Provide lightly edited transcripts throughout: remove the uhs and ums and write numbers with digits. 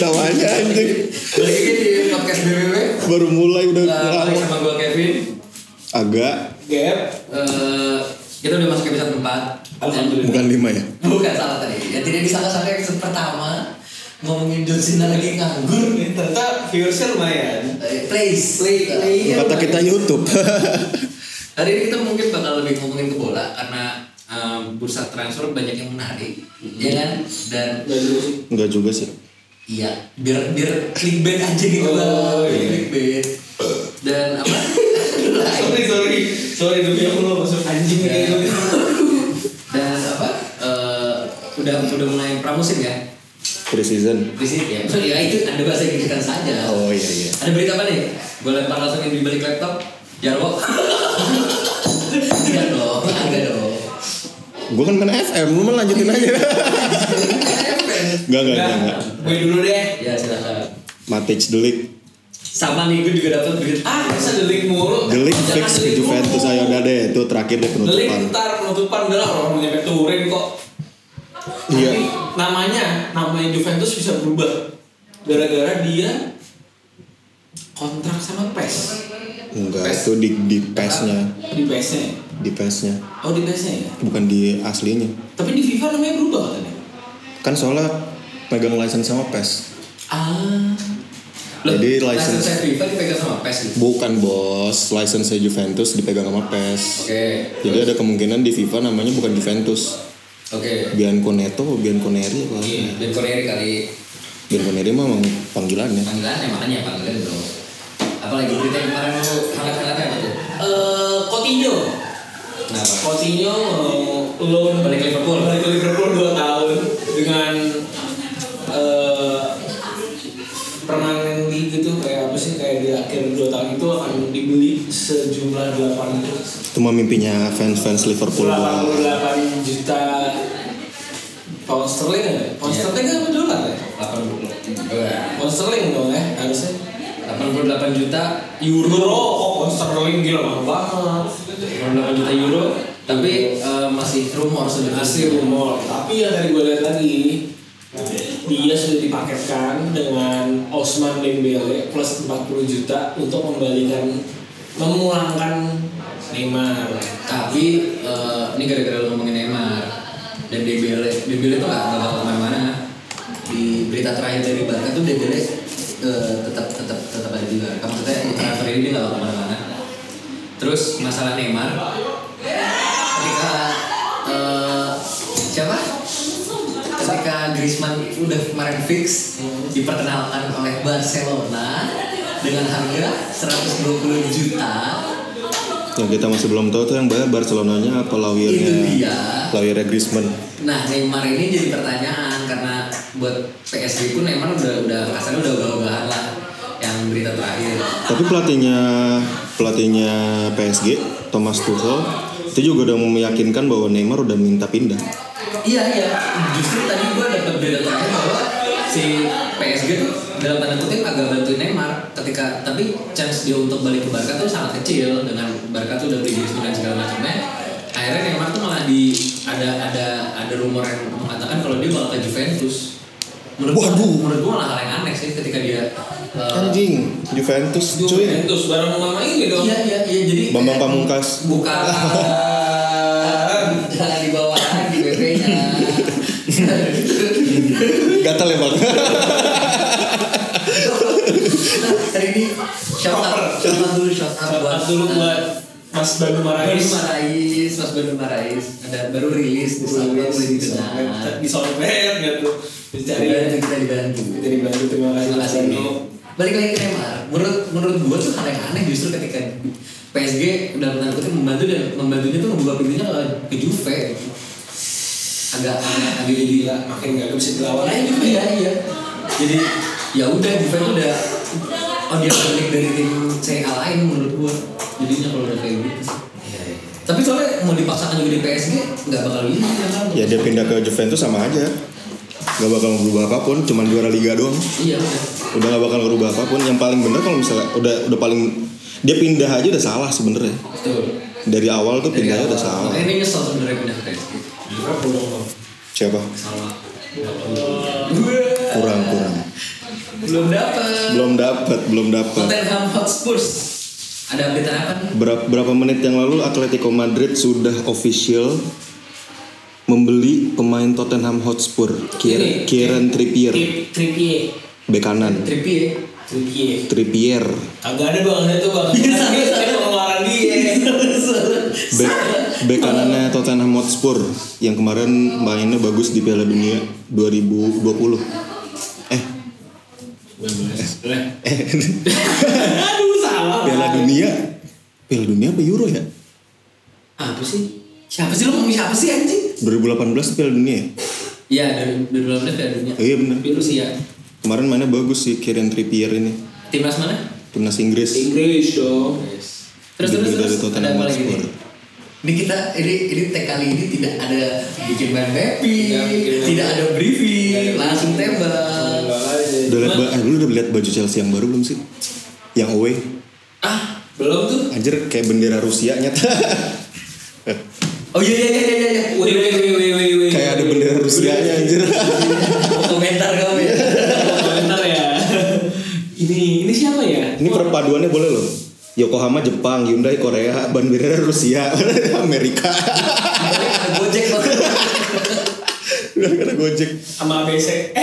Namanya anjing. Balik lagi di podcast BBW. Baru mulai udah Balik sama gue Kevin. Agak Gap. Kita udah masuk episode 4. Alhamdulillah. bukan 5 ya. Bukan salah tadi. Ya tidak disangka-sangka episode pertama ngomongin John Cena lagi nganggur. Ternyata viewersnya lumayan. Play. Kata kita YouTube. Hari ini kita mungkin bakal lebih ngomongin ke bola karena bursa transfer banyak yang menarik, ya kan? Dan Enggak juga sih. iya, biar clickbait aja gitu lah, clickbait. Dan apa? sorry demi Allah masuk anjing kayak gitu. Dan apa? Udah mulai pramusim ya? Pre-season. Ya. Ya itu ada bahasa Inggris saja. Oh iya. Ada berita apa nih? Gue lempar langsung di balik laptop. Jarwo. Enggak dong. Gue kan main FM, lu mah lanjutin aja. Enggak. Gue dulu deh. Ya silakan. Matic Delik. Sama nih gue juga dapat berita. Masa Delik mulu. Delik fix ke Juventus, ayo udah deh. Itu terakhir deh Delik penutupan. ntar penutupan udah lah, orang nyampe Turin kok. Iya. Tapi namanya Juventus bisa berubah gara-gara dia kontrak sama PES. Enggak, itu di PES-nya. Di PES-nya. Di PES-nya. Oh di PES-nya ya. Bukan di aslinya. Tapi di FIFA namanya berubah katanya. Kan soalnya pegang license sama PES. Jadi license FIFA dipegang sama PES gitu. Bukan bos, license Juventus dipegang sama PES. Oke. Jadi ada kemungkinan di FIFA namanya bukan Juventus. Oke. Bianconetto, Bianconeri apa? Iya, Bianconeri kali. Bianconeri mah emang panggilannya. Panggilannya makanya panggilan bro. Apalagi berita yang kemarin lu hangat-hangatnya apa tuh? Coutinho. Kenapa? Coutinho loan Balik ke Liverpool. 2 tahun dengan permanently gitu, kayak apa sih, kayak di akhir 2 tahun itu akan dibeli sejumlah 8 Itu mah mimpinya fans Liverpool. 88 juta pound sterling ya? Pound sterling apa dolar ya? 80. Pound sterling dong ya harusnya. 88 juta Euro, pound sterling gila mahal banget. 88 juta euro. Tapi masih rumor sebenarnya. Masih rumor. Tapi yang tadi gue lihat lagi, dia sudah dipaketkan dengan Ousmane Dembele plus 40 juta untuk memulangkan Neymar. Tapi ini gara-gara lu ngomongin Neymar dan Dembele tuh nggak bakal kemana-mana. Di berita terakhir dari Barca tuh Dembele tetap ada di Barca. Maksudnya transfer ini dia nggak bakal kemana-mana. Terus masalah Neymar, ketika ketika Griezmann udah kemarin fix diperkenalkan oleh Barcelona dengan harga 120 juta. Yang kita masih belum tahu tuh yang bayar Barcelonanya apa lawirnya. Itu dia. Lawirnya Griezmann. Nah Neymar ini jadi pertanyaan karena buat PSG pun Neymar udah kasarnya udah ogah-ogahan lah yang berita terakhir. Tapi pelatihnya PSG Thomas Tuchel itu juga udah meyakinkan bahwa Neymar udah minta pindah. Iya. Justru tadi gue dapat berita terakhir bahwa si PSG tuh dalam tanda kutip agak bantuin Neymar tapi chance dia untuk balik ke Barca tuh sangat kecil dengan Barca tuh udah beli Griezmann dan segala macamnya. Akhirnya Neymar tuh malah ada rumor yang mengatakan kalau dia bakal ke Juventus. Menurut gue malah hal yang aneh sih ketika dia Anjing, Juventus cuy. Juventus bareng mama ini dong. Iya jadi Bambang Pamungkas. Bukan. Jangan dibawa lagi BP-nya. Gatal ya bang. Hari ini shout out buat Mas Bandung Marais. Mas Bandung Marais. Ada baru rilis di SoundCloud boleh didengar. Di SoundCloud gitu. Kita dibantu. Terima kasih Mas Bandung. Balik lagi ke Neymar. Menurut gue tuh hal yang aneh justru ketika PSG dalam tanda kutip membantunya tuh membuka pintunya ke Juve. Agak jadi makin nggak bisa dilawan. Iya. Jadi ya udah Juve tuh udah dia balik dari tim C lain menurut gue. Jadinya kalau udah kayak gitu sih. Iya. Tapi soalnya mau dipaksakan juga di PSG nggak bakal bisa kan. Ya dia pindah ke Juventus sama aja. Gak bakal berubah apapun, cuman juara liga doang. Iya udah gak bakal berubah apapun. Yang paling bener kalau misalnya udah paling dia pindah aja udah salah sebenarnya. Betul. Dari awal tuh pindahnya udah salah. Makanya ini nyesel sebenarnya pindah ke PSG. Liverpool dong. Siapa? Salah. Kurang. Belum dapat. Belum dapat. Tottenham Hotspur. Ada update apa nih? Berapa menit yang lalu Atletico Madrid sudah official membeli pemain Tottenham Hotspur, Kieran Trippier. Bek kanan. Trippier. Agak ada bang itu bang. Pengeluaran dia. Bek kanannya Tottenham Hotspur yang kemarin mainnya bagus di Piala Dunia 2020. Aduh salah. Piala Dunia apa Euro ya? Apa sih? Siapa sih lu ngomong siapa sih anjing? 2018 Piala Dunia ya? Iya, dari 2018 Piala Dunia. Iya benar. Di Rusia. Kemarin mainnya bagus sih Kieran Trippier ini. Timnas mana? Timnas Inggris. Dong. Terus Dari ada Tottenham apa lagi Hotspur. nih? Ini kita ini tag kali ini tidak ada bikin mapping, tidak ada briefing, langsung tembak. Lu udah lihat baju Chelsea yang baru belum sih? Yang away. Belum tuh. Anjir kayak bendera Rusia nyata. Oh iya. Wih. Kayak ada bendera Rusianya anjir. Komentar kamu ya. Komentar ya. Ini siapa ya? Ini perpaduannya boleh loh. Yokohama Jepang, Hyundai Korea, bendera Rusia, Amerika. Ada Gojek banget. Udah ada Gojek. Sama ABC.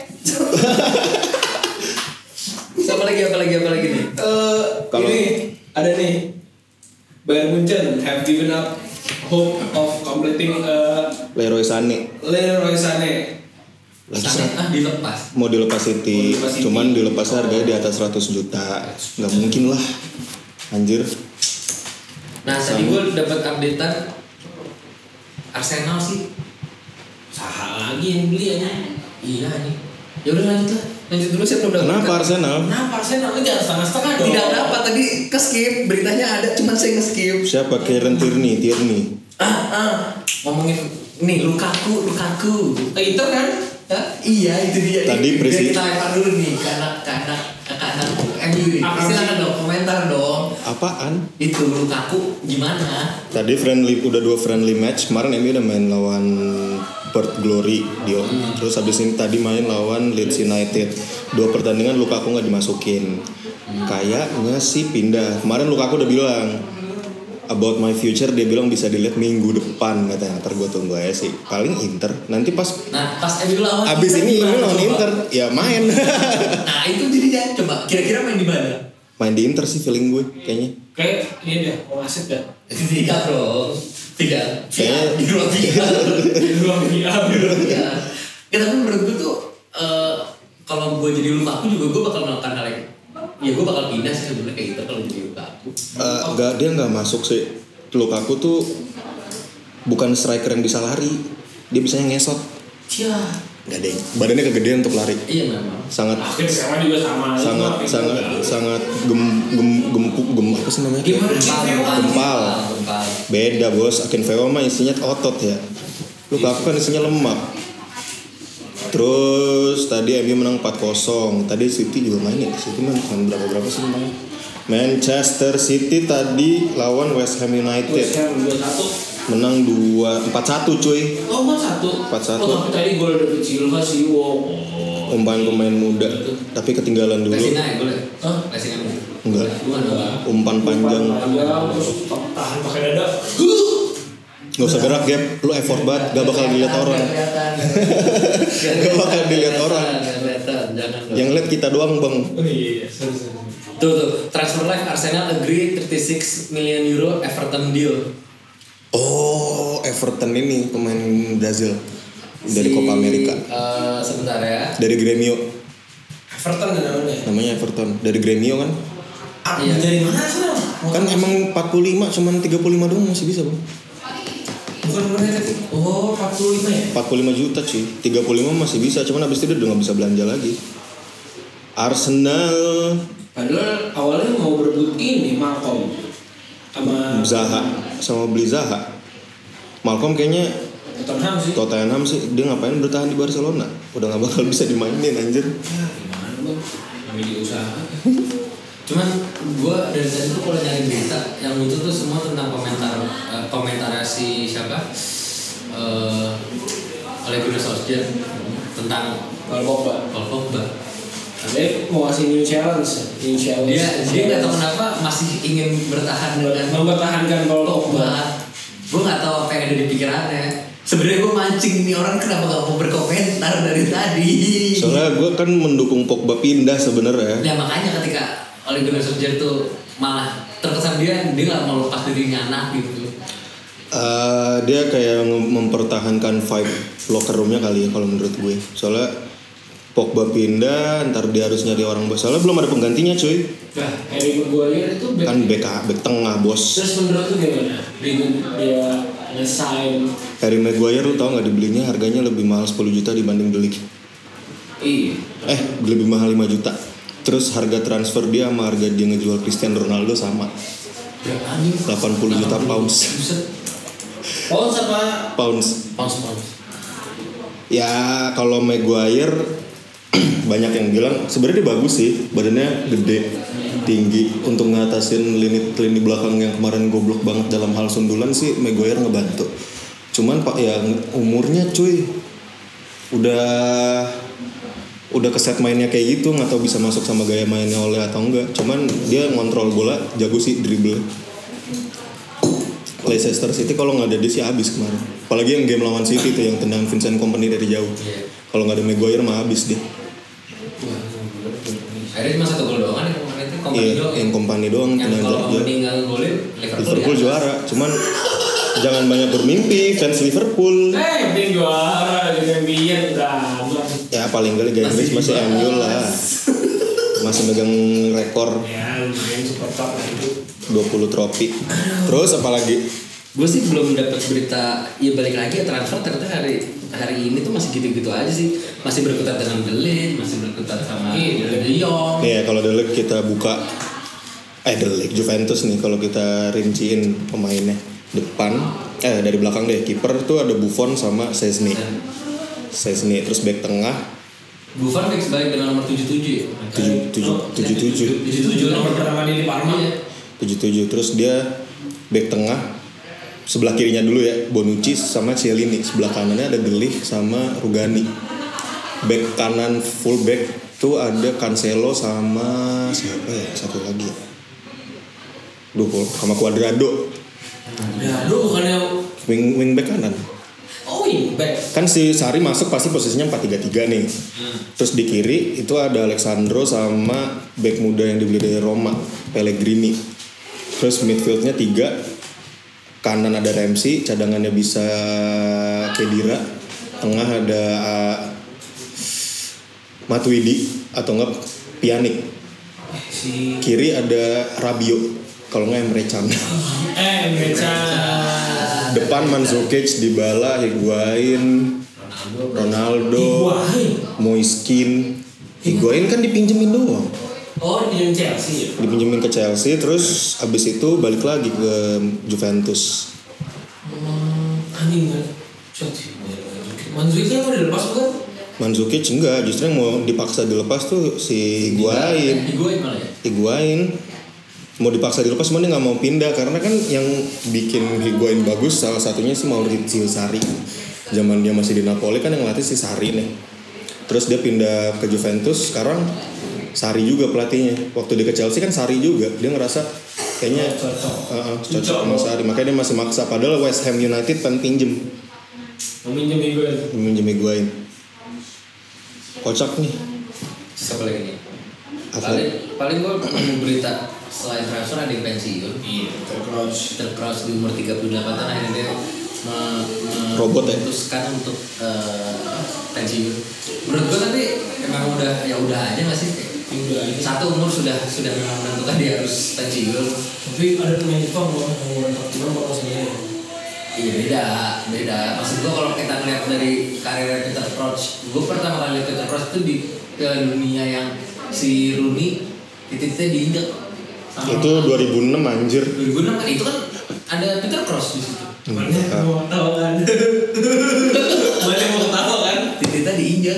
Apa lagi nih? Kalau- Ini ada nih. Bayern Munchen have given up hope of completing Leroy Sané. Leroy Sané. Dilepas. Mau dilepas City, Mau dilepas City. cuman dilepas harganya di atas 100 juta. Nggak mungkin lah. Anjir. Nah, tadi gue dapat updatean Arsenal sih. Saha lagi yang beli aja. Iya nih. Ya udah lanjut dulu saya belum dapat. Kenapa Arsenal? Kenapa Arsenal ini jangan setengah-setengah dong? Tidak dapat tadi ke skip, beritanya ada cuman saya nge-skip. Siapa? Kieran Tierney. Ngomongin nih Lukaku. Inter kan? Iya itu dia. Tadi Biar kita lempar dulu nih ke anak MU nih. Silakan dong komentar dong. Apaan? Itu Lukaku gimana? Tadi udah 2 friendly match. Kemarin MU udah main lawan Perth Glory terus habis ini tadi main lawan Leeds United. 2 pertandingan Lukaku nggak dimasukin. Kayaknya sih pindah. Kemarin Lukaku udah bilang about my future, dia bilang bisa dilihat minggu depan katanya. Ntar gue tunggu aja sih. Paling Inter. Nanti pas MU lawan abis ini gimana, lawan coba? Inter ya main. Nah itu jadinya coba kira-kira main di mana? Main di Inter sih feeling gue kayaknya. Kayak ini deh, mau ngasih dah. Tidak bro. Tidak. Kayaknya Di ruang VR. Di ruang VR. Ya. Tapi menurut gue tuh kalau gue jadi Lukaku juga gue bakal melakukan hal yang ya gue bakal pindah sih sebenarnya kayak gitu kalau jadi Lukaku. Dia nggak masuk sih. Lukaku tuh bukan striker yang bisa lari. Dia bisanya ngesot. Cia. Nggak deh. Badannya kegedean untuk lari. Iya memang. Sangat Akhirnya sekarang juga sama. sangat gempuk apa sih namanya? Gempal. Beda bos. Akinfewa mah isinya otot ya. Lukaku kan isinya lemak. Terus tadi MU menang 4-0. Tadi City juga main ya. City menang berapa sih menang? Manchester City tadi lawan West Ham United. West Ham 2-1. Menang 2-4-1 cuy. Oh 4-1. 4-1. Oh tapi tadi gol dari Silva sih. Wow. Pemain muda. Tapi ketinggalan dulu. Lesina ya boleh? Hah? Lesina Enggak. Bukan. Umpan panjang. Terus tahan pakai dada. Nggak usah gerak Gap, lu effort banget, gak bakal dilihat orang. Gak bakal dilihat orang. Yang lihat kita doang bang. Oh iya, sorry. Tuh transfer live Arsenal agree 36 million euro Everton deal. Oh, Everton ini pemain Brazil dari Copa America. Sebentar ya. Dari Gremio. Everton namanya. Namanya Everton. Dari Gremio kan? Iya. Dari mana sih? Kan emang 45, cuman 35 doang masih bisa bang. Bukan tadi. Oh 45 ya? 45 juta cuy. 35 masih bisa, cuman abis itu dia udah gak bisa belanja lagi. Arsenal. Padahal awalnya mau berebut ini Malcolm sama beli Zaha. Malcolm kayaknya Tottenham sih. dia ngapain bertahan di Barcelona? Udah gak bakal bisa dimainin anjir. Ya gimana bang? Namanya diusaha. Cuman gue dari tadi tuh kalau nyari berita yang muncul tuh semua tentang komentar si siapa Ole Gunnar Solskjaer tentang Paul Pogba. Dia mau kasih new challenge. Dia nggak tahu kenapa masih ingin bertahan dengan mempertahankan Paul Pogba. Gue nggak tahu apa yang ada di pikirannya. Sebenarnya gue mancing ini orang kenapa gak mau berkomentar dari tadi. Soalnya gue kan mendukung Pogba pindah sebenarnya. Ya makanya ketika Ole Gunnar Solskjaer tuh malah terkesan dia nggak mau lepas dari anak gitu. Dia kayak mempertahankan vibe locker roomnya kali ya kalau menurut gue. Soalnya Pogba pindah, ntar dia harus nyari orang bos. Soalnya belum ada penggantinya cuy. Nah, Harry Maguire itu Kan back tengah bos. Terus menurut lu gimana? Dia nge-sign Harry Maguire lu tau nggak dibelinya harganya lebih mahal 10 juta dibanding De Ligt. Iya. Lebih mahal 5 juta. Terus harga transfer dia sama harga dia ngejual Cristiano Ronaldo sama. 80 juta pounds. Pounds apa? Pounds. Ya kalau Maguire banyak yang bilang sebenarnya dia bagus sih, badannya gede, tinggi untuk ngatasin lini belakang yang kemarin goblok banget dalam hal sundulan sih Maguire ngebantu. Cuman Pak ya umurnya cuy udah keset mainnya kayak gitu, nggak tahu bisa masuk sama gaya mainnya oleh atau enggak. Cuman dia ngontrol bola jago sih, dribble. Leicester City kalau nggak ada dia sih habis kemarin. Apalagi yang game lawan City tuh yang tendang Vincent Kompany dari jauh. Kalau nggak ada Maguire mah habis dia. Akhirnya cuma 1 gol doang kan yang kemarin itu Kompany doang. Yang Kompany doang Yang tendang kalau jarak jauh. Kompany nggak golin Liverpool juara. Cuman jangan banyak bermimpi fans Liverpool. Dia juara Champion udah. Ya paling kali Liga Inggris masih MU lah. Masih megang rekor Ya, lumayan super top lah itu. 20 trofi. Terus apalagi? Gue sih belum dapat berita. Ya balik lagi ya transfer ternyata hari ini tuh masih gitu-gitu aja sih. Masih berkutat dengan De Ligt, masih berkutat sama De Jong. Nih kalau De Ligt kita buka De Ligt Juventus nih kalau kita rinciin pemainnya. Depan dari belakang deh, kiper tuh ada Buffon sama Szczesny. Terus back tengah Buffon back sebaik dengan nomor 77 ya? 77 Nomor pertama dia di Parma. 77. Terus dia back tengah sebelah kirinya dulu ya Bonucci sama Chiellini, sebelah kanannya ada De Ligt sama Rugani. Back kanan full back tuh ada Cancelo sama siapa ya satu lagi sama Cuadrado. Bukannya wing back kanan. wing back. Kan si Sarri masuk pasti posisinya 4-3-3 nih. Terus di kiri itu ada Alexandro sama back muda yang dibeli dari Roma, Pellegrini. Terus midfieldnya 3. Kanan ada Ramsey, cadangannya bisa Khedira. Tengah ada Matuidi atau enggak Pjanic. Kiri ada Rabiot, kalau enggak Emre Can. Emre Can. Depan Mandzukic, Dybala, Higuain, Ronaldo, Moiskin. Higuain kan dipinjemin doang. Oh, di Chelsea ya? Dipinjemin ke Chelsea, terus abis itu balik lagi ke Juventus. Anjing kan? Mandzukic kan udah dilepas bukan? Mandzukic enggak, justru yang mau dipaksa dilepas tuh si Higuain. Higuain mau dipaksa dilepas, cuman dia nggak mau pindah karena kan yang bikin Higuain bagus salah satunya sih Maurizio Sarri. Zaman dia masih di Napoli kan yang ngelatih si Sarri nih. Terus dia pindah ke Juventus, sekarang Sarri juga pelatihnya. Waktu dia ke Chelsea kan Sarri juga. Dia ngerasa kayaknya cocok sama Sarri. Makanya dia masih maksa. Padahal West Ham United kan pinjem Higuain. Kocak nih. Siapa lagi nih? Paling gue mau berita selain transfer ada yang pensiun. Iya, Tercross di umur 38 tahun akhirnya dia robot ya? memutuskan untuk pensiun. Menurut gue tapi emang udah aja nggak sih? Satu umur sudah memang menentukan dia harus pensiun. Tapi ada pemain Jepang umur 45 baru sendiri. Iya beda. Maksud gue kalau kita ngeliat dari karir Peter Crouch, gue pertama kali lihat Peter Crouch itu di dunia yang si Rooney titiknya diinjak. Itu 2006 anjir. 2006 kan itu kan ada Peter Crouch di situ. Mana mau tahu kan? Titiknya diinjak.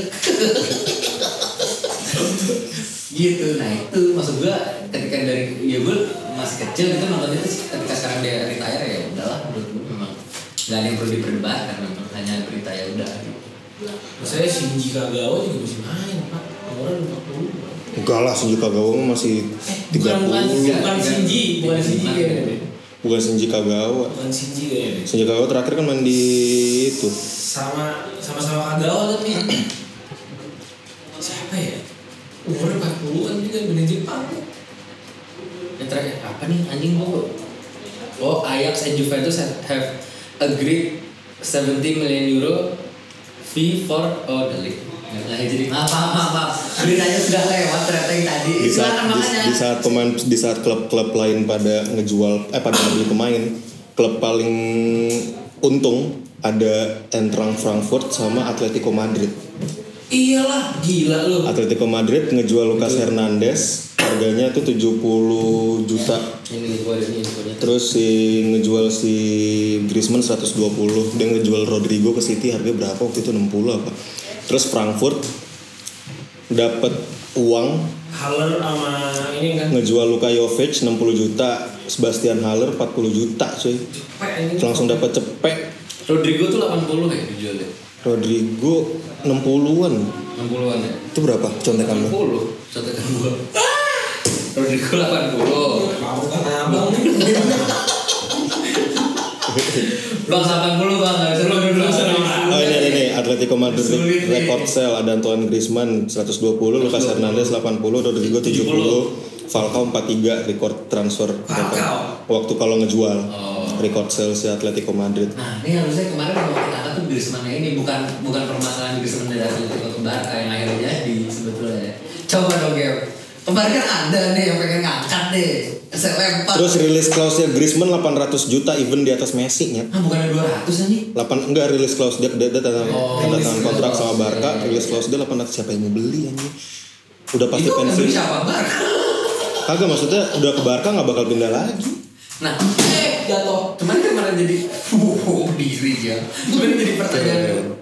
Gitu. Nah itu maksud gue ketika dari gue masih kecil itu nonton itu ketika sekarang dia retire ya udahlah, menurut gue memang nggak ada yang perlu diperdebatkan, memang hanya berita ya udah gitu. Saya Shinji Kagawa juga masih main, Pak. Umurnya 40. Enggak lah, Shinji Kagawa masih 30. Bukan Shinji kayaknya. Bukan Shinji Kagawa. Bukan Shinji kayaknya. Shinji Kagawa terakhir kan main di itu. Sama Kagawa tapi siapa ya? Umur 40-an juga main Jepang. Yang terakhir apa nih anjing gua? Oh, Ajax and Juventus have agreed 70 million euro fee for the league. Nah, jadi maaf. Beritanya sudah lewat ternyata yang tadi. Di saat klub-klub lain pada pada beli pemain, klub paling untung ada Eintracht Frankfurt sama Atletico Madrid. Iyalah, gila lu. Atletico Madrid ngejual Lucas Hernandez, harganya tuh 70 juta. Ini gua ada nih infonya. Terus ngejual si Griezmann 120. Dia ngejual Rodrigo ke City harganya berapa waktu itu 60 apa. Terus Frankfurt dapat uang Haller sama ini kan ngejual Luka Jovic 60 juta, Sebastian Haller 40 juta cuy. Langsung dapat cepet. Rodrigo tuh 80 ya dijualnya. Rodrigo 60-an. 60-an ya. Itu berapa? Contekan lo. 60. Contekan gua. Rodrigo 80. Mau kan abang. Bang 80 bang, enggak bisa dulu. Oh ini Atletico Madrid record sale ada Antoine Griezmann 120, Lucas Hernandez 80, Rodrigo 70, Falcao 43 record transfer waktu kalau ngejual. Record sale si Atletico Madrid. Nah, ini harusnya kemarin kalau kita angkat tuh Griezmann ini bukan permasalahan Griezmann dari Atletico ke Barca yang akhirnya jadi sebetulnya ya. Coba dong Gem. Kemarin kan ada nih yang pengen ngangkat deh. Saya lempar. Terus rilis clause-nya Griezmann 800 juta even di atas Messi nya. Bukannya 200 aja? 8 enggak rilis clause dia tanda tangan kontrak sama Barca, rilis clause dia 800 siapa yang mau beli anjing. Udah pasti pensiun. Itu siapa Barca? Kagak maksudnya udah ke Barca enggak bakal pindah lagi. Nah, jatuh. Kemarin jadi diri ya. Kemarin jadi pertanyaan.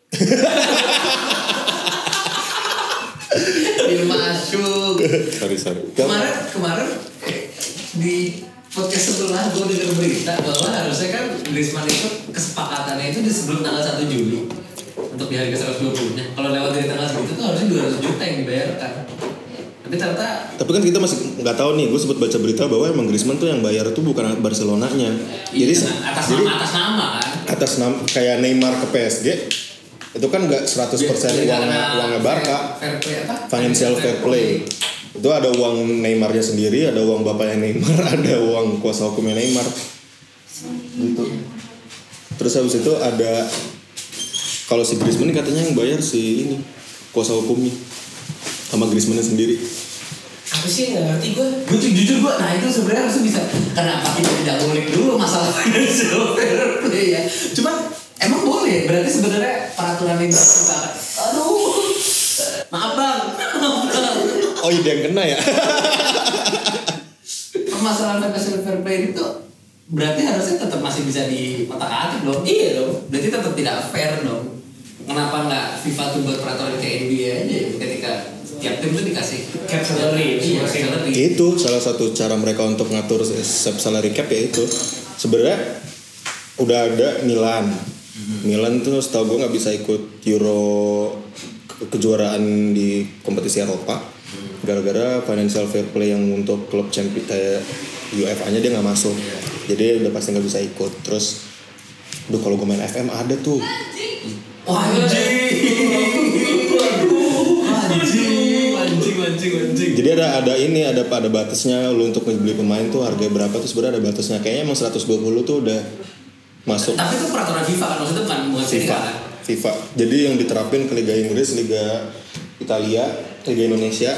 Dia masuk. Sorry. Kemarin di podcast sebelah gue dengar berita bahwa harusnya kan Griezmann itu kesepakatannya itu di sebelum tanggal 1 Juli untuk di harga 120-nya. Kalau lewat dari tanggal segitu tuh harusnya 200 juta yang dibayarkan. Tapi kan kita masih nggak tahu nih. Gue sempat baca berita bahwa emang Griezmann tuh yang bayar tuh bukan Barcelonanya. Iya, jadi atas nama kan. Atas nama kayak Neymar ke PSG. Itu kan nggak 100% uangnya Barca. Fair play apa? Financial fair play. Itu ada uang Neymarnya sendiri, ada uang bapaknya Neymar, ada uang kuasa hukumnya Neymar. Gitu. Terus habis itu ada kalau si Griezmann katanya yang bayar si ini kuasa hukumnya sama Griezmann sendiri. Apa sih nggak ngerti gue? Jujur gue, nah itu sebenarnya harusnya bisa. Kenapa kita tidak ngulik dulu masalah financial fair play ya? Cuman emang boleh, berarti sebenarnya peraturan yang dibuka. Aduh, maaf bang. Oh iya yang kena ya. Permasalahan financial fair play itu berarti harusnya tetap masih bisa diotak-atik dong. Iya dong. Berarti tetap tidak fair dong. Kenapa nggak FIFA tuh buat peraturan kayak NBA aja ketika tiap tim tuh dikasih cap salary? Iya, salary. Itu salah satu cara mereka untuk ngatur salary cap ya itu. Sebenarnya udah ada Milan. Milan tuh setahu gue nggak bisa ikut Euro kejuaraan di kompetisi Eropa gara-gara financial fair play yang untuk klub champion kayak UEFA-nya dia nggak masuk. Jadi udah pasti nggak bisa ikut. Terus, kalau gue main FM ada tuh. Anjing. Jadi ada batasnya lu untuk beli pemain tuh harga berapa tuh sebenarnya ada batasnya. Kayaknya emang 120 tuh udah masuk. Tapi itu peraturan FIFA kan maksudnya bukan FIFA. Jadi yang diterapin ke Liga Inggris, Liga Italia, Liga Indonesia.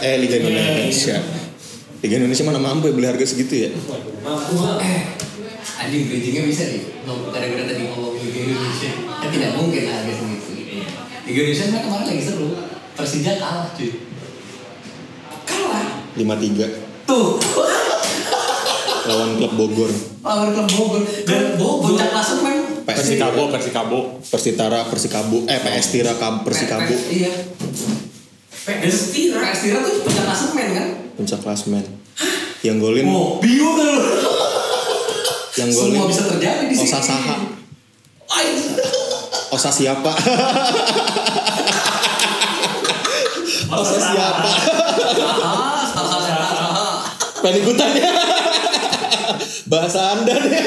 Liga Indonesia mana mampu ya beli harga segitu ya? Mampu. Anjing bridgingnya bisa nih. Gara-gara tadi ngomong Liga Indonesia. Kan tidak mungkin harga segitu. Liga Indonesia kan kemarin lagi seru. Persija kalah cuy. 5-3. Tuh. Lawan klub Bogor. Dan puncak klasemen. Persikabo. Persitara, Persikabo. PS Tira, Persikabo. Iya. PS Tira tuh puncak klasemen kan? Puncak klasemen. Yang golin. Bingung kan lu. Yang golin. Semua bisa terjadi di sini. Osa Saha. Osa siapa? Salah. Pengen ikutan ya. Bahasa Anda nih.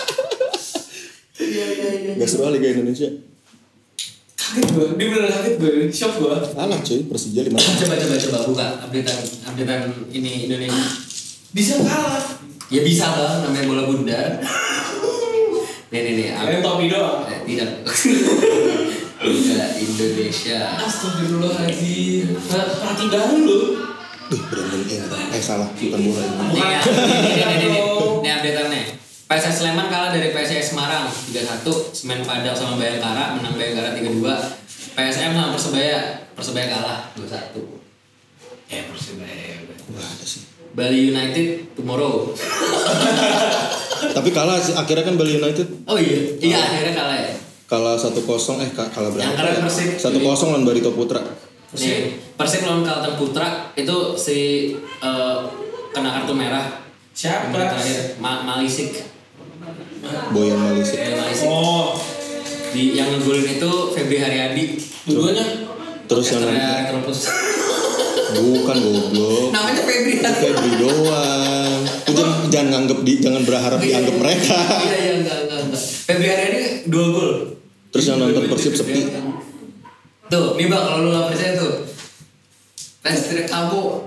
Iya. Gak seru Liga Indonesia. Kaget gue, dia beneran kaget gue, shock gue. Alah cuy, Persija 5. Coba buka updatean ini Indonesia. Bisa kalah. Ya bisa Bang, namanya bola bundar. Nih. Yang topi doang. Tidak. Liga Indonesia. Astagfirullahaladzim. Pelatih baru loh. Duh, Brandon Ingram. Salah, bukan bola ini. Ini updateannya. PSS Sleman kalah dari PSIS Semarang 3-1, Semen Padang sama Bayangkara menang Bayangkara 3-2. PSM sama Persebaya kalah 2-1. Persebaya. Wah, ada sih. Bali United tomorrow. Tapi kalah sih, akhirnya kan Bali United. Oh iya akhirnya kalah ya. Kalah 1-0 kalah berapa? Yang keren Persib 1-0 lawan Barito Putra. Nih, Persib lawan Kalteng Putra itu si kena kartu merah. Siapa? Terakhir Malisik. Boyan Malisik. Oh, Yang ngegolin itu Febri Haryadi. dua-duanya. Terus yang terus. bukan goblok. Namanya Febri. Itu Febri doang. Itu jangan berharap dianggap mereka. Iya enggak. Febri Haryadi 2 gol. Terus yang nonton Persib sepi. Tuh, nih Bang, kalau lu gak percaya tuh. TR Kabo,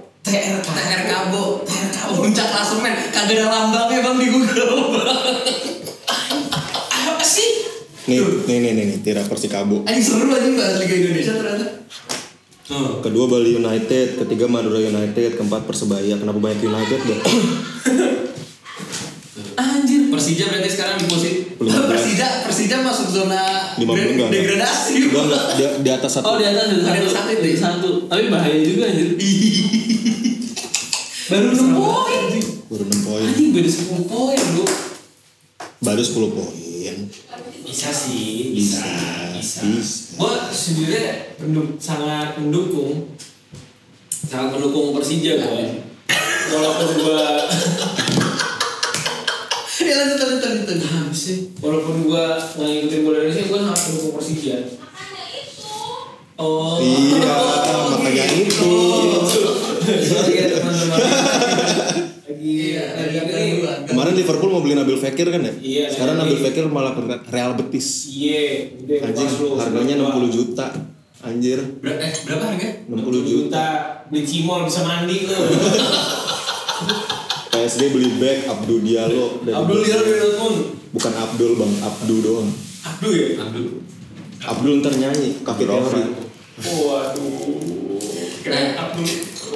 puncak klasemen, kagak ada lambangnya Bang di Google. Apa sih? Nih, Tira Persikabo. Ini seru aja bahas Liga Indonesia ternyata. Kedua Bali United, ketiga Madura United, keempat Persebaya. Kenapa banyak United deh? Anjir, Persija berarti sekarang di posisi Persija masuk zona degradasi. Enggak, di atas satu. Oh, di atas satu. Tapi bahaya juga anjir. Baru 6 poin. Anjing beda 10 poin, Bro. Baru 10 poin. Bisa sih, Bisa. Gua sendiri sangat mendukung Persija gua. Walaupun gua Ya lanjut. habis sih. Walaupun gua nggak ngikutin bola Indonesia, gua sangat mendukung Persija. Oh. Iya, makanya itu. Sorry ya teman-teman. Lagi Kemarin Liverpool mau beli Nabil Fekir kan ya? Iya. Sekarang Nabil Fekir malah ke Real Betis. Iya, Anjir, harganya 60 juta. Anjir. Berapa harga? 60 juta. Beli cimol bisa mandi lo. PSG beli back Abdul Diallo dari Dortmund. Bukan Abdul Bang, Abdu doang. Abdul ntar nyanyi kaki teori. Waduh. Keren Abdul.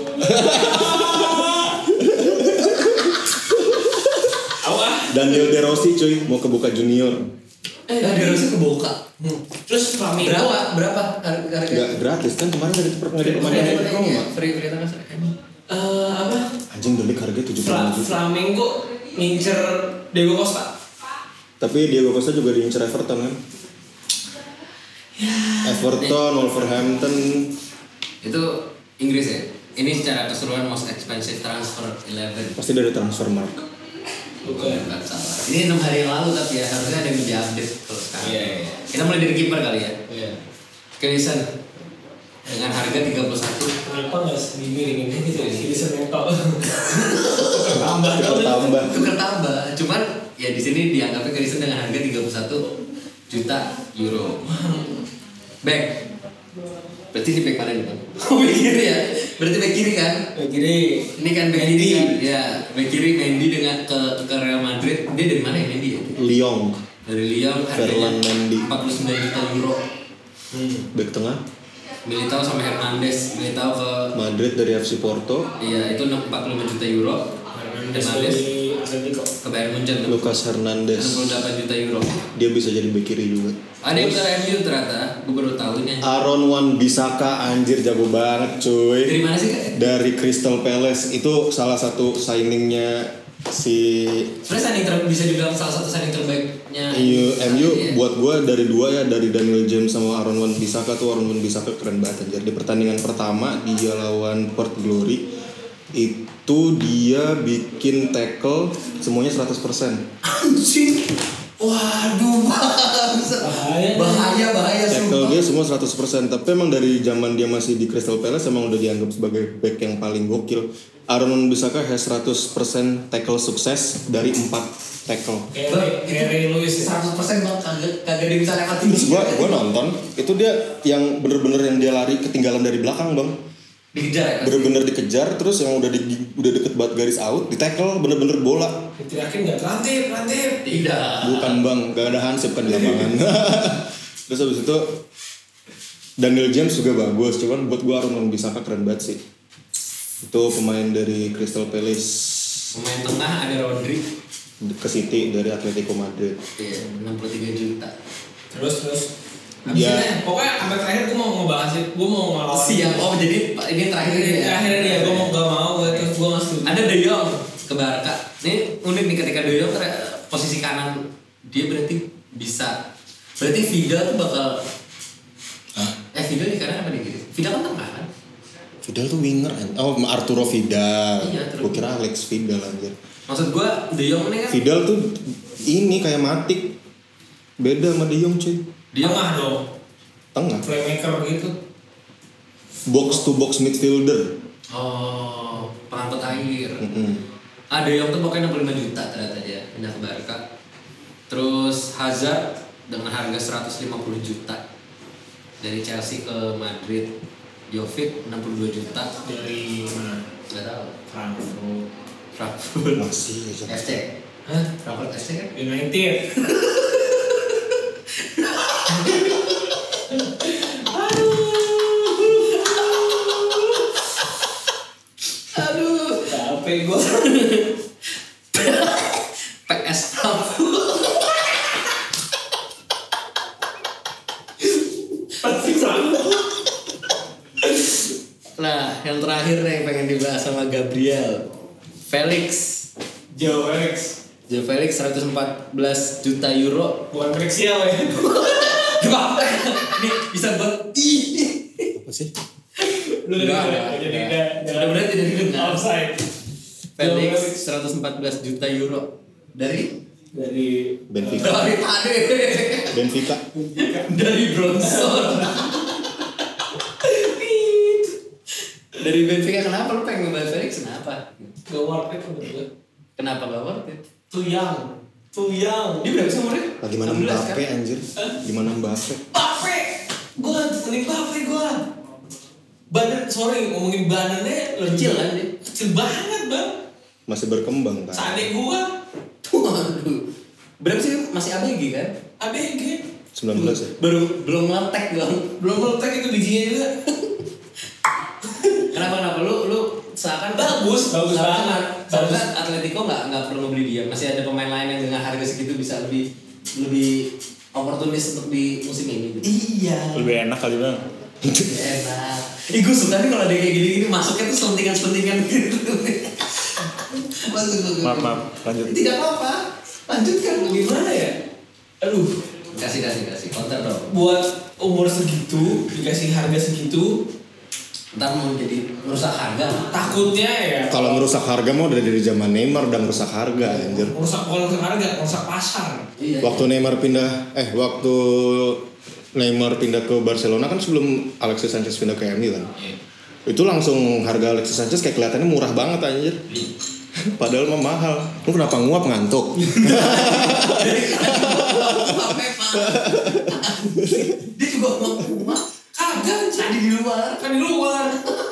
Daniel De Rossi cuy mau ke Boca Junior. De Rossi ke Boca. Terus Flamengo Berapa harga? Gak gratis kan kemarin dari perpanjangan Roma. Free transfer. apa? Anjing delik harga 75 juta. Flamengo ngincer Diego Costa. Tapi Diego Costa juga diincer Everton kan? Everton, Wolverhampton. Itu Inggris ya? Ini secara keseluruhan most expensive transfer 11. Pasti dari Transfermarkt. Bukan. Enggak salah. Ini 6 hari yang lalu tapi ya harusnya ada yang lebih update kalau sekarang. Iya. Kita mulai dari kiper kali ya. Iya. Kelisan dengan harga 31. Kenapa nggak dimiringin gitu ya? Jadi sementok. Tambah. Tukar tambah. Cuman ya di sini dianggapnya Kelisan dengan harga 31 juta euro. Back. Berarti di back mana nih Bang? Oh back kiri ya? Berarti back kiri kan? Back kiri. Ini kan back kiri kan? Ya, back kiri Mendy dengan ke Real Madrid. Dia dari mana ya Mendy ya? Lyon. Dari Lyon Ferland Mendy. 49 juta euro. Back tengah Militao sama Hernandez. Militao ke Madrid dari FC Porto. iya itu 45 juta euro. Hernandez ke Bayern Munchen Lucas Hernandez 68 juta euro. dia bisa jadi back kiri juga. Ada yang ke MU ternyata, gue baru tahu ini. Aaron Wan-Bissaka anjir jago banget cuy. Dari mana sih Kak? Dari Crystal Palace. Itu salah satu signingnya si Sebenarnya bisa dibilang salah satu signing terbaiknya MU ya. buat gue dari dua ya, dari Daniel James sama Aaron Wan-Bissaka tuh. Aaron Wan-Bissaka keren banget anjir. Di pertandingan pertama dia lawan Port Glory itu dia bikin tackle semuanya 100%. Anjing. Waduh, bahaya Tackle sumpah. dia semua 100%. Tapi emang dari zaman dia masih di Crystal Palace emang udah dianggap sebagai back yang paling gokil. Aaron Wan-Bissaka has 100% tackle sukses dari 4 tackle. Kayak Lewis 100% bang, kagak dia bisa lewat Terus gua nonton, itu dia yang bener-bener yang dia lari ketinggalan dari belakang bang. dikejar ya. Bener-bener dikejar, terus yang udah deket banget garis out, di tackle bener-bener bola. Yakin nggak terantip? Tidak. Bukan bang, gak ada Hansip kan di lapangan. Terus habis itu Daniel James juga bagus, cuman buat gua Aaron Wan-Bissaka keren banget sih. Itu pemain dari Crystal Palace. Pemain tengah ada Rodri. Ke City dari Atletico Madrid. Iya, 63 juta. Terus. Habis Ya. itu Pokoknya sampai terakhir gue mau ngebahas itu, gue mau ngelawan. siap. Oh jadi ini terakhir Ini ya. terakhir dia, gue mau gak mau, terus gue nggak setuju. Ada De Jong ke Barca. Ini unik nih ketika De Jong posisi kanan dia berarti bisa. Berarti Vidal tuh bakal. Vidal di kanan apa nih? Vidal kan tengah kan? Vidal tuh winger kan? Oh Arturo Vidal. Iya, Gue kira Alex Vidal anjir. Maksud gua De Jong ini kan. Vidal tuh ini kayak Matic. Beda sama De Jong cuy. Dia Tengah dong, Tengah. playmaker gitu. Box to box midfielder. Oh, pengangkut air. Mm-mm. De Jong tuh pokoknya 65 juta ternyata dia pindah ke Barca. Terus Hazard dengan harga 150 juta dari Chelsea ke Madrid. Jovic 62 juta Dari mana? nggak tahu. Frankfurt. Masih aja. FC. Frankfurt FC kan? United. Aduh. Capek gue. PS Frankfurt. Pasti sama. Nah, yang terakhir nih yang pengen dibahas sama Gabriel. Felix. Joe Felix. Joe Felix 114 juta euro. Bukan Felix ya, weh. Gimana? Nih bisa buat Apa sih? Lu jadi Mudah-mudahan tidak didengar. Offside. Felix 114 juta euro dari Benfica. tadi Benfica. dari Bronson. Dari Benfica kenapa lu pengen ngebahas Felix kenapa? Gak worth it menurut gue. Kenapa gak worth it? Too young. Dia berapa sih umurnya? Lagi mana 16 Mbappe kan? anjir? Gimana Mbappe? Mbappe. Gue mending Mbappe gue. Badan, sorry ngomongin badannya Kecil kan dia? Kecil banget bang. Masih berkembang kan? Seadek gue Waduh. Berapa sih masih ABG kan? ABG. 19 ya? Belum ngetek bang. Belum meletak itu bijinya juga. Kenapa lu seakan Bagus banget. Seharusnya Atletico nggak perlu beli dia. Masih ada pemain lain yang dengan harga segitu bisa lebih oportunis untuk di musim ini gitu. Iya. Lebih enak kali bang. Enak. Gue suka nih kalau dia kayak gini-gini masuknya tuh selentingan gitu. Maaf, lanjut. Tidak apa-apa. Lanjutkan. Gimana ya? Aduh. Kasih counter dong. Buat umur segitu dikasih harga segitu, Ntar mau jadi merusak harga. takutnya ya. Kalau ngerusak harga mau dari zaman Neymar udah ngerusak harga anjir. Merusak harga, merusak pasar. Iya. Waktu Neymar pindah ke Barcelona kan sebelum Alexis Sanchez pindah ke MU kan. Iya. Itu langsung harga Alexis Sanchez kayak kelihatannya murah banget anjir. Padahal mah mahal. Lu kenapa nguap ngantuk? Dia juga mau Kagak tadi di luar. kan di luar.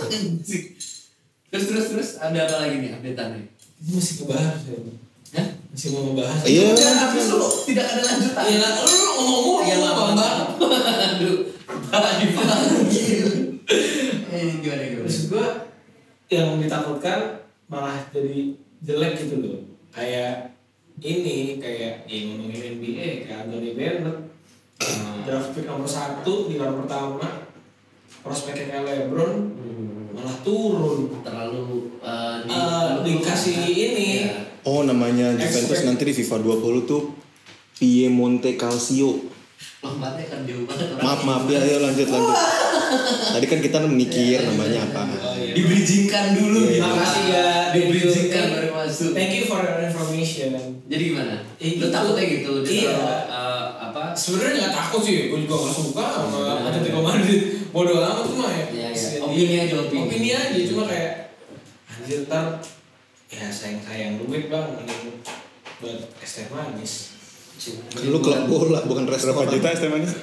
Terus ada apa lagi nih update-annya? Ini masih kebahas ya. Hah? Masih mau ngebahas. Iya. Habis lu tidak ada lanjutan. Iya, lu ngomong-ngomong Ya Bang. Aduh. Dipanggil. Gimana? Maksud gue yang ditakutkan malah jadi jelek gitu loh. Kayak ngomongin NBA kayak Anthony Bennett. Draft pick nomor 1 di round pertama, prospeknya kayak LeBron malah turun. Terlalu Dikasih ini. Ya. Oh namanya Juventus nanti di FIFA 20 tuh Piemonte Calcio. Lompatnya kan jauh banget. Maaf ya lanjut. Tadi kan kita mikir namanya apa. Dibridgingkan dulu. Terima kasih ya. Dibridgingkan baru masuk. Thank you for your information. Jadi gimana? Lu takutnya gitu? Iya. Apa? Sebenarnya nggak takut sih, gue juga nggak suka sama Atletico Madrid. Bodoh amat tuh mah ya. Iya. Opini aja. Opini aja, cuma kayak anjir ntar ya sayang duit bang, mending buat es teh manis. Lu klub bola bukan restoran. Berapa juta es teh manis?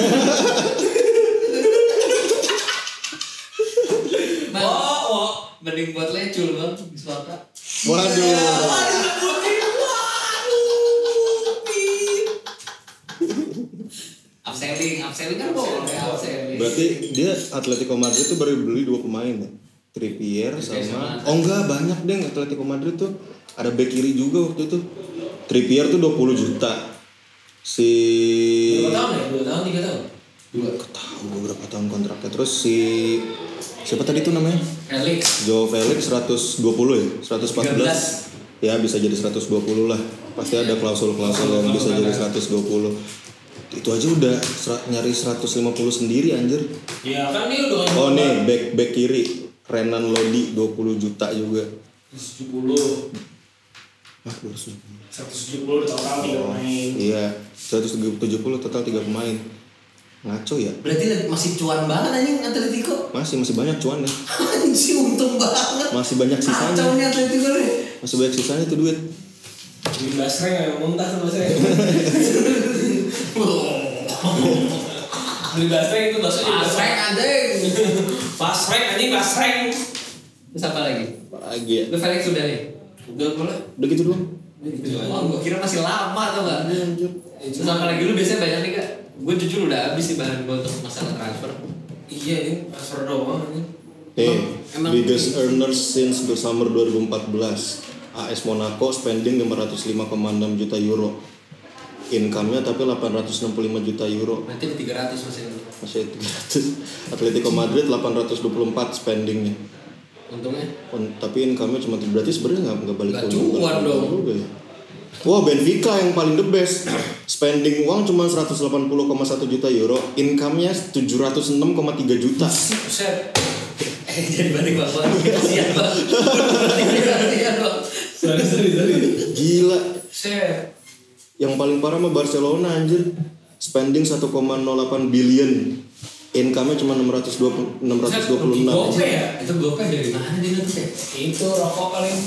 Mending buat lecul bang, suaka. Waduh. Upselling kan boleh upselling. Berarti dia Atletico Madrid tuh baru beli 2 pemain ya. Trippier sama enggak banyak deh Atletico Madrid tuh. Ada bek kiri juga waktu itu. Trippier tuh 20 juta. Si Berapa tahun ya? 2 tahun, 3 tahun? tahu beberapa tahun kontraknya. Terus si siapa tadi tuh namanya? Felix. Joe Felix 120 ya? 114. Ya bisa jadi 120 lah. Pasti ada klausul-klausul yang bisa jadi 120. Itu aja udah nyari 150 sendiri anjir. Ya kan dia udah. Oh nih back kiri Renan Lodi 20 juta juga. 170. Ah 270. 170 total 3 main. Iya 170 total 3 pemain. Ngaco ya. Berarti masih cuan banget anjing Atletico. Masih banyak cuan ya. Anjing untung banget. Masih banyak sisanya. Kacau nih Atletico nih. Masih banyak sisanya tuh duit. Di Basreng yang muntah sama saya. Beli basreng itu baksonya Basreng anjing. Basreng. Terus apa lagi? Apalagi ya. Lu Felix sudah nih. Udah boleh. Udah gitu doang. Oh, gua kira masih lama tau gak? Anjir. Terus apa lagi lu biasanya banyak nih kak? Gue jujur udah habis sih bahan gue untuk masalah transfer. Iya ini transfer doang ini. Emang Biggest earners since the summer 2014. AS Monaco spending 505,6 juta euro. Income-nya tapi 865 juta euro. Berarti ada 300 masih. Masih 300. Atletico Madrid 824 spendingnya. Untungnya? Tapi income-nya cuma berarti sebenarnya nggak balik Nggak cuan dong. juga ya. Wah Benfica yang paling the best. Spending uang cuma 180,1 juta euro. Income-nya 706,3 juta. Buset. Jadi balik bang, kasihan bang. Kasihan bang. Sorry. Gila. Set. Yang paling parah mah Barcelona anjir. Spending 1,08 billion. Income-nya cuma 626. Gope ya? Itu gope dari mana dia nanti ya? Itu rokok paling.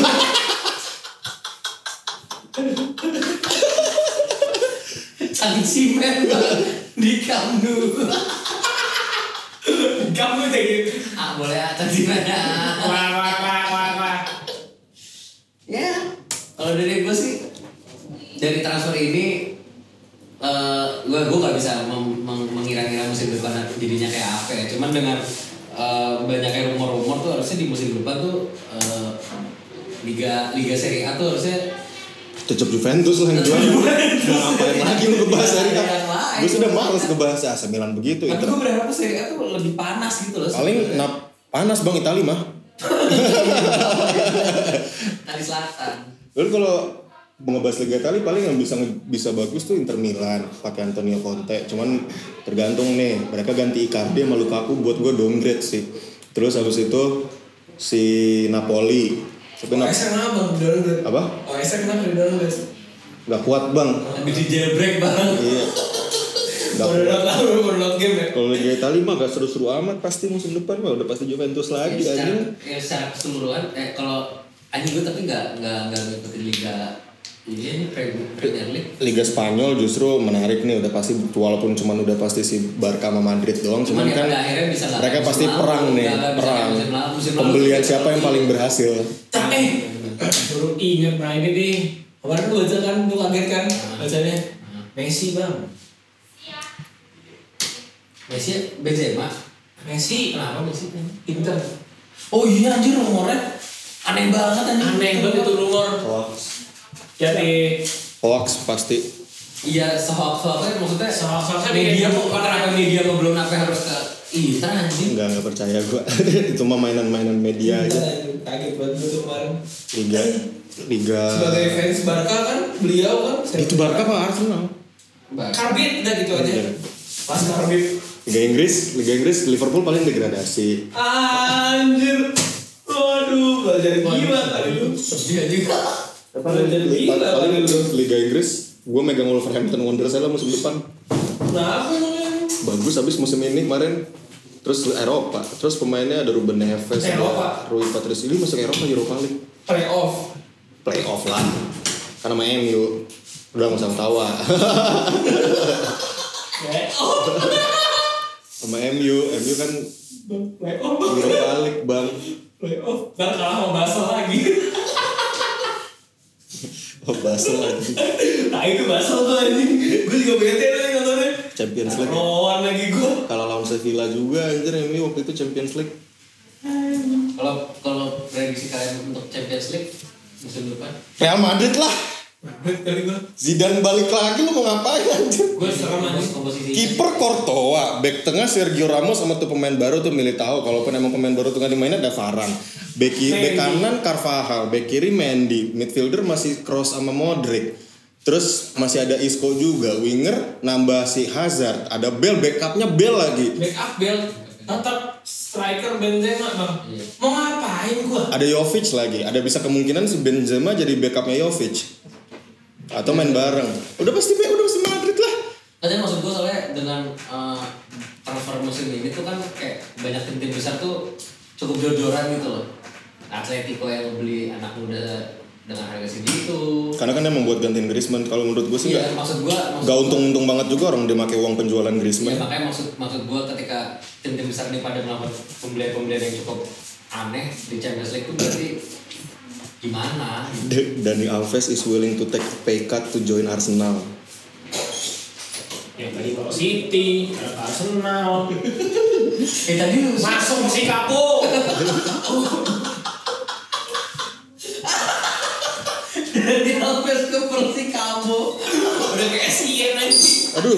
Cari simen bang di Camp Nou. Kamu gitu. Boleh atas di mana? Wah. Ya, kalau dari gue sih dari transfer ini gue nggak bisa mengira-ngira musim depan jadinya kayak apa ya. Cuman dengan banyaknya rumor-rumor tuh harusnya di musim depan tuh Liga Serie A tuh harusnya Tetap Juventus lah yang juara. Ngapain lagi lu ngebahas Serie A? Gue sudah males ngebahas AC Milan begitu. Tapi gue berharap Serie A tuh lebih panas gitu loh. Paling panas bang Itali mah. Tadi Selatan. Lalu kalau ngebahas Liga Italia paling yang bisa bagus tuh Inter Milan pakai Antonio Conte. Cuman tergantung nih, mereka ganti Icardi sama Lukaku buat gue downgrade sih. Terus habis itu si Napoli. OSR kenapa downgrade? Apa? OSR kenapa downgrade? Gak kuat bang. Lebih di jailbreak bang. Iya. Baru game ya? Kalau Liga Italia mah gak seru-seru amat pasti musim depan mah udah pasti Juventus lagi anjing. Secara keseluruhan kalau anjing gue tapi nggak ngikutin Liga ini Premier League. Liga Spanyol justru menarik nih, udah pasti walaupun cuman udah pasti si Barca sama Madrid doang, cuman ya, kan bisa mereka pasti perang nih, perang. Pembelian siapa yang paling berhasil? Baru ingat nah ini nih. Kemarin lu baca kan, lu kaget kan bacanya Messi bang. Messi Benzema. Messi Kenapa Messi? Inter. Oh iya anjir rumornya aneh banget anjing. Aneh banget itu rumor. Hoax. Jadi Hoax pasti. Iya soal-soalnya maksudnya Soal-soalnya media kayak kok kenapa media kok belum apa harus ke Inter anjing. Enggak percaya gua. Itu mah mainan-mainan media aja. Kaget banget gue tuh kemarin. Liga. Sebagai fans Barca kan, beliau kan. Itu Barca apa Arsenal? Karbit udah gitu aja. Iya. Pas Karbit Liga Inggris Liverpool paling degradasi. Anjir. Waduh, belajar gila tadi lu. Dia juga. Belajar gila tadi lu. Liga Inggris gue megang Wolverhampton Wanderers lah musim depan. Nah, apa namanya? Bagus habis musim ini kemarin. Terus Eropa, terus pemainnya ada Ruben Neves, Eropa. Rui Patricio, ini masuk Europa League. Playoff Lah, karena sama MU. Udah nggak usah tawa. Sama MU kan Europa League bang. Playoff. Ntar kalah sama Basel lagi. Oh Basel lagi. Nah itu Basel tuh anjing. Gue juga bete nih nontonnya. Champions League. Lawan lagi gue. Kalau lawan Sevilla juga anjir MU waktu itu Champions League. Kalau prediksi kalian untuk Champions League musim depan? Real Madrid lah. Kali gue. Zidane balik lagi lu mau ngapain anjir? Gue serem anjing. Komposisi. Kiper Courtois, back tengah Sergio Ramos sama tuh pemain baru tuh Militao. Kalaupun emang pemain baru tuh nggak dimainin ada Varane. Back kanan Carvajal, back kiri Mendy, midfielder masih Kroos sama Modric. Terus masih ada Isco juga, winger nambah si Hazard, ada Bale, backupnya Bale lagi. Backup Bell. Tetap striker Benzema bang. Iya. Mau ngapain gue? Ada Jovic lagi, ada bisa kemungkinan si Benzema jadi backupnya Jovic. Atau main bareng. Udah pasti Madrid lah. Tadi maksud gue soalnya dengan transfer musim ini tuh kan kayak banyak tim-tim besar tuh cukup jor-joran gitu loh. Atletico yang beli anak muda dengan harga segitu. Karena kan dia membuat gantiin Griezmann. Kalau menurut gue sih Iya, maksud gak untung-untung banget juga orang dia pakai uang penjualan Griezmann. Ya, makanya maksud gue ketika tim-tim besar ini pada melakukan pembelian-pembelian yang cukup aneh di Champions League itu berarti gimana? Dani Alves is willing to take pay cut to join Arsenal. Yang tadi kalau City, ada Arsenal. Tadi lu Masuk si Kapo. Dani Alves ke Persikabo. Udah kayak SIN aja. Aduh,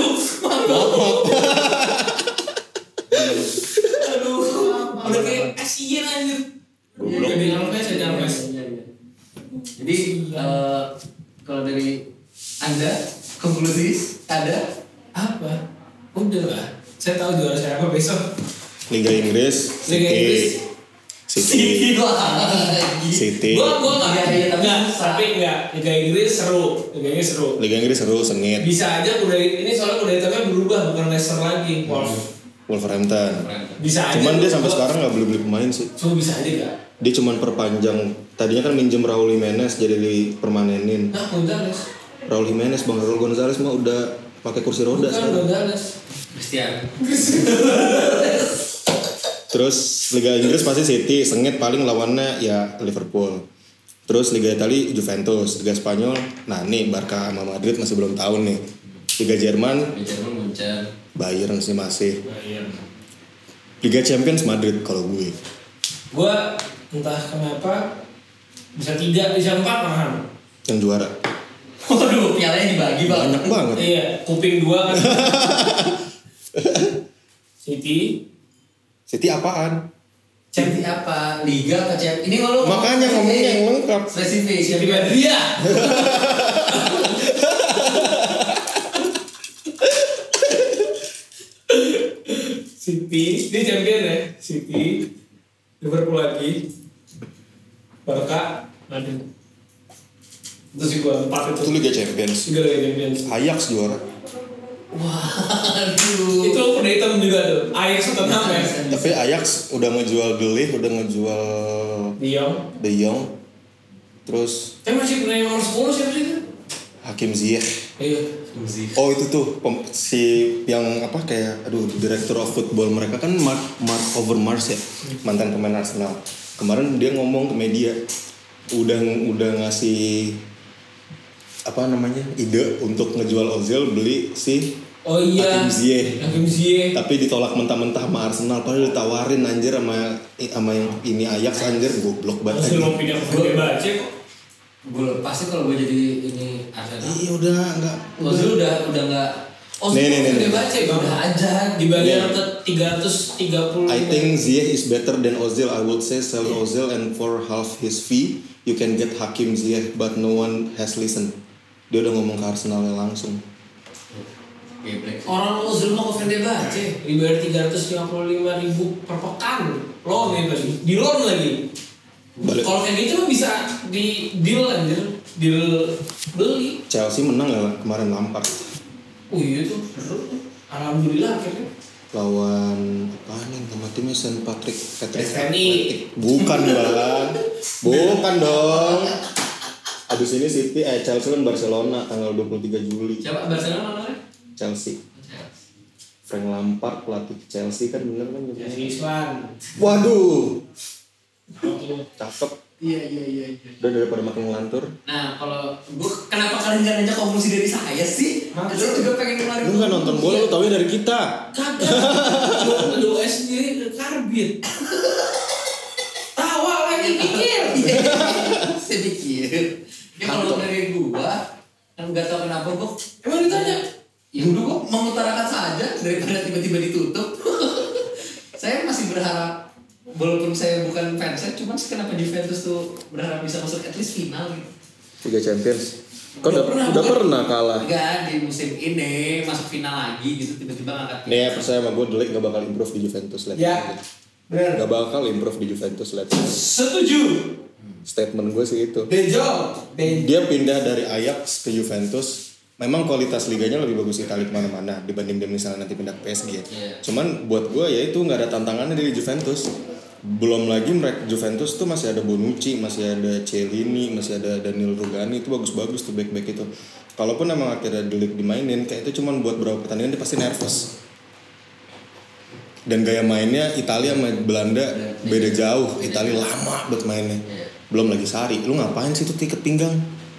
Udah kayak SIN aja. Goblok. Dani Alves. Jadi kalau dari Anda konklusi ada Apa? Udah lah. Saya tahu juara siapa besok. Liga Inggris, Liga Inggris. City. Gua nggak. Iya, Tapi enggak. Liga Inggris seru. Liga Inggris seru, sengit. Bisa aja kuda ini soalnya kuda hitamnya berubah bukan Leicester lagi. Wolverhampton. Bisa aja. Cuman dia sampai sekarang nggak beli pemain sih. Cuma bisa aja gak? Dia cuman perpanjang. Tadinya kan minjem Raul Jimenez jadi dipermanenin. Nah, Gonzales. Raul Gonzales mah udah pakai kursi roda Bukan sekarang. Gonzales. Christian. Terus Liga Inggris pasti City, sengit paling lawannya ya Liverpool. Terus Liga Italia Juventus, Liga Spanyol, nah nih Barca sama Madrid masih belum tahu nih. Liga Jerman Munchen. Bayern sih masih. Bayern. Liga Champions Madrid kalau gue. Gua entah kenapa bisa 3, bisa 4 malahan. Yang juara. Waduh, pialanya dibagi bang. Banyak banget. Iya, kuping 2 kan. City apaan? Champions apa? Liga atau Champions? Ini kalau Makanya ngomongnya yang lengkap. spesifik. City Madria. City, dia champion ya. City, Liverpool lagi, Barca, Madrid. Itu sih gua 4 Itu itu. Liga Champions. 3 Liga Champions. Ajax juara. Waduh. Itu kuda hitam juga tuh. Ajax Tottenham ya. Tapi Ajax udah ngejual Gullit, udah ngejual De Jong. Terus Tapi masih punya nomor 10 siapa sih itu? Hakim Ziyech. Iya. Oh itu tuh si yang apa kayak direktur of football mereka kan Mark Overmars ya, mantan pemain Arsenal. Kemarin dia ngomong ke media udah ngasih apa namanya ide untuk ngejual Ozil beli si Oh iya. Hakim Ziyech. Ziyech. Tapi ditolak mentah-mentah sama Arsenal, padahal ditawarin anjir sama yang ini Ajax anjir, goblok banget. Masih mau pindah ke baca kok. Gue pasti kalau gue jadi ini Arsenal. Iya udah enggak. Ozil udah enggak. Nih. Udah baca bang. Udah aja. Dibayar Nih. 330. I think Ziyech is better than Ozil. I would say sell Ozil and for half his fee you can get Hakim Ziyech, but no one has listened. Dia udah ngomong ke Arsenalnya langsung. Geblek. Orang Ozil mau ke Fenerbahce. Dibayar 355.000 per pekan. Loan itu di loan lagi. Kalau kayak gitu mah bisa di deal anjir. Deal beli. Chelsea menang ya kemarin Lampard. Oh iya tuh. Alhamdulillah akhirnya. Lawan apa nih nama timnya Saint Patrick SNI. bukan bang, bukan dong. Abis ini City Chelsea kan Barcelona tanggal 23 Juli. Siapa Barcelona mana? Chelsea. Frank Lampard pelatih Chelsea kan bener kan? Chelsea Island. Waduh, cakep. Iya. Udah daripada makin ngelantur. Nah kalau gue kenapa kalian nggak ngajak konklusi dari saya sih? Saya juga pengen ngeluarin. Lu nggak nonton bola, lu taunya dari kita. Kagak. Lu sendiri karbit. Tawa lagi pikir. Saya pikir. Ya kalau dari gua kan nggak tahu kenapa gua Emang ditanya? ya udah gua mengutarakan saja daripada tiba-tiba ditutup. Saya masih berharap walaupun saya bukan fans, saya cuman kenapa Juventus tuh berharap bisa masuk at least final gitu. 3 Champions. Kau udah pernah kalah. Enggak, di musim ini masuk final lagi gitu tiba-tiba ngangkat. Nih ya percaya sama gue, De Ligt gak bakal improve di Juventus. Ya. Benar. Gak bakal improve di Juventus. Setuju. Statement gue sih itu. Dejo. Dia pindah dari Ajax ke Juventus. Memang kualitas liganya lebih bagus Italia kemana-mana dibanding dia misalnya nanti pindah ke PSG. Yeah. Cuman buat gue ya itu nggak ada tantangannya dari Juventus. Belum lagi mereka Juventus tuh masih ada Bonucci, masih ada Chiellini, masih ada Daniel Rugani, itu bagus-bagus tuh back-back itu. Kalaupun emang akhirnya De Ligt dimainin, kayak itu cuman buat beberapa pertandingan dia pasti nervous. Dan gaya mainnya Italia sama Belanda beda jauh. Italia lama buat mainnya. Belum lagi Sarri, lu ngapain sih tuh tiket pinggang?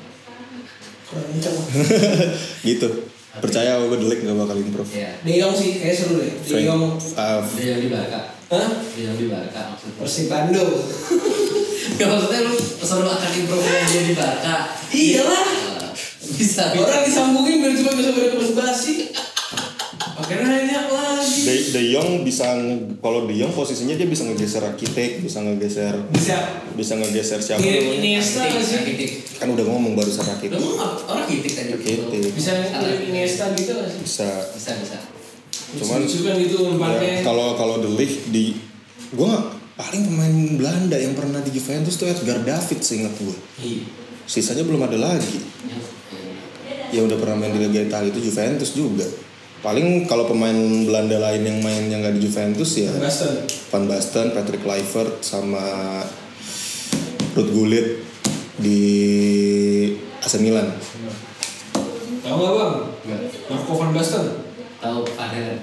Gitu. Percaya gue De Ligt gak bakal improve. Iya. De Jong sih kayak seru deh. De Jong. Dia yang di Barca. Hah? Dia yang di Barca maksudnya. Persib Bandung. Gak maksudnya lu selalu akan improve dia di Barca. Iyalah. Bisa. Orang disambungin biar cuma bisa basa-basi. Akhirnya nanya lagi. De Jong bisa kalau De Jong posisinya dia bisa ngegeser Rakitic, bisa ngegeser siapa namanya? Iniesta sih. Kan udah ngomong barusan Rakitic. Lu orang Kitik tadi. Rakitic. Bisa Iniesta gitu nggak sih? Bisa. Bisa. Cuman kan gitu umpamanya. ya, kalau De Ligt di gue nggak paling pemain Belanda yang pernah di Juventus tuh Edgar David seingat gue. Iya. Sisanya belum ada lagi. Ya udah pernah main di Liga Italia itu Juventus juga. Paling kalau pemain Belanda lain yang main yang nggak di Juventus ya Van Basten, Patrick Kluivert sama Ruud Gullit di AC Milan. Tahu nggak bang? Marco Van Basten. Tahu Padahal.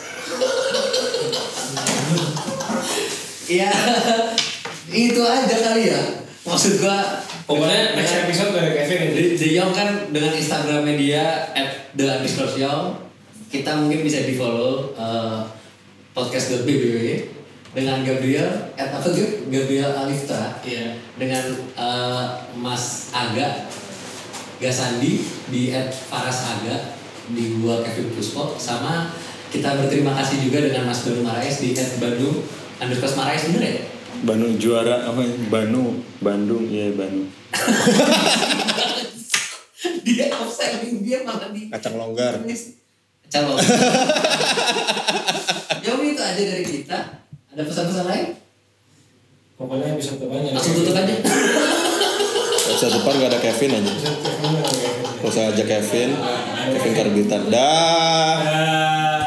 Iya. Itu aja kali ya. Maksud gua Pokoknya next episode dari Kevin ini. De Jong kan dengan Instagramnya dia @the_Jong. Kita mungkin bisa di follow podcast.bbw dengan Gabriel Gabriel Alifta. Iya. Dengan Mas Aga Gasandi di @farasaga di gua Kevin Puspo, sama kita berterima kasih juga dengan Mas Banu Marais di @Bandung_Marais, bener ya? Bandung juara apa? Bandung ya Bandung. Dia offsetting dia malah di Kacang longgar. Calon. Jauh itu aja dari kita. Ada pesan-pesan lain? Pokoknya episode depannya. Langsung tutup aja. Episode depan gak ada Kevin aja. Gak usah ajak Kevin Karbitan. Dah.